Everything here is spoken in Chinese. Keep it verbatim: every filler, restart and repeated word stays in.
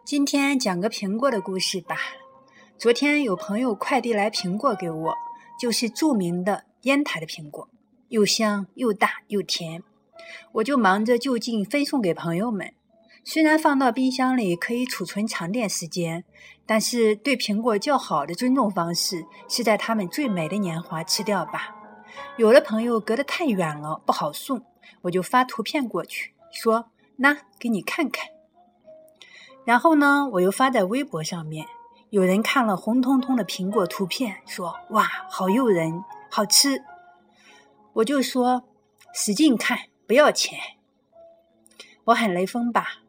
今天讲个苹果的故事吧。昨天有朋友快递来苹果给我，就是著名的烟台的苹果，又香又大又甜。我就忙着就近分送给朋友们。虽然放到冰箱里可以储存长点时间，但是对苹果较好的尊重方式是在它们最美的年华吃掉吧。有的朋友隔得太远了不好送，我就发图片过去，说那给你看看。然后呢，我又发在微博上面，有人看了红彤彤的苹果图片，说哇，好诱人，好吃。我就说使劲看，不要钱。我很雷锋吧？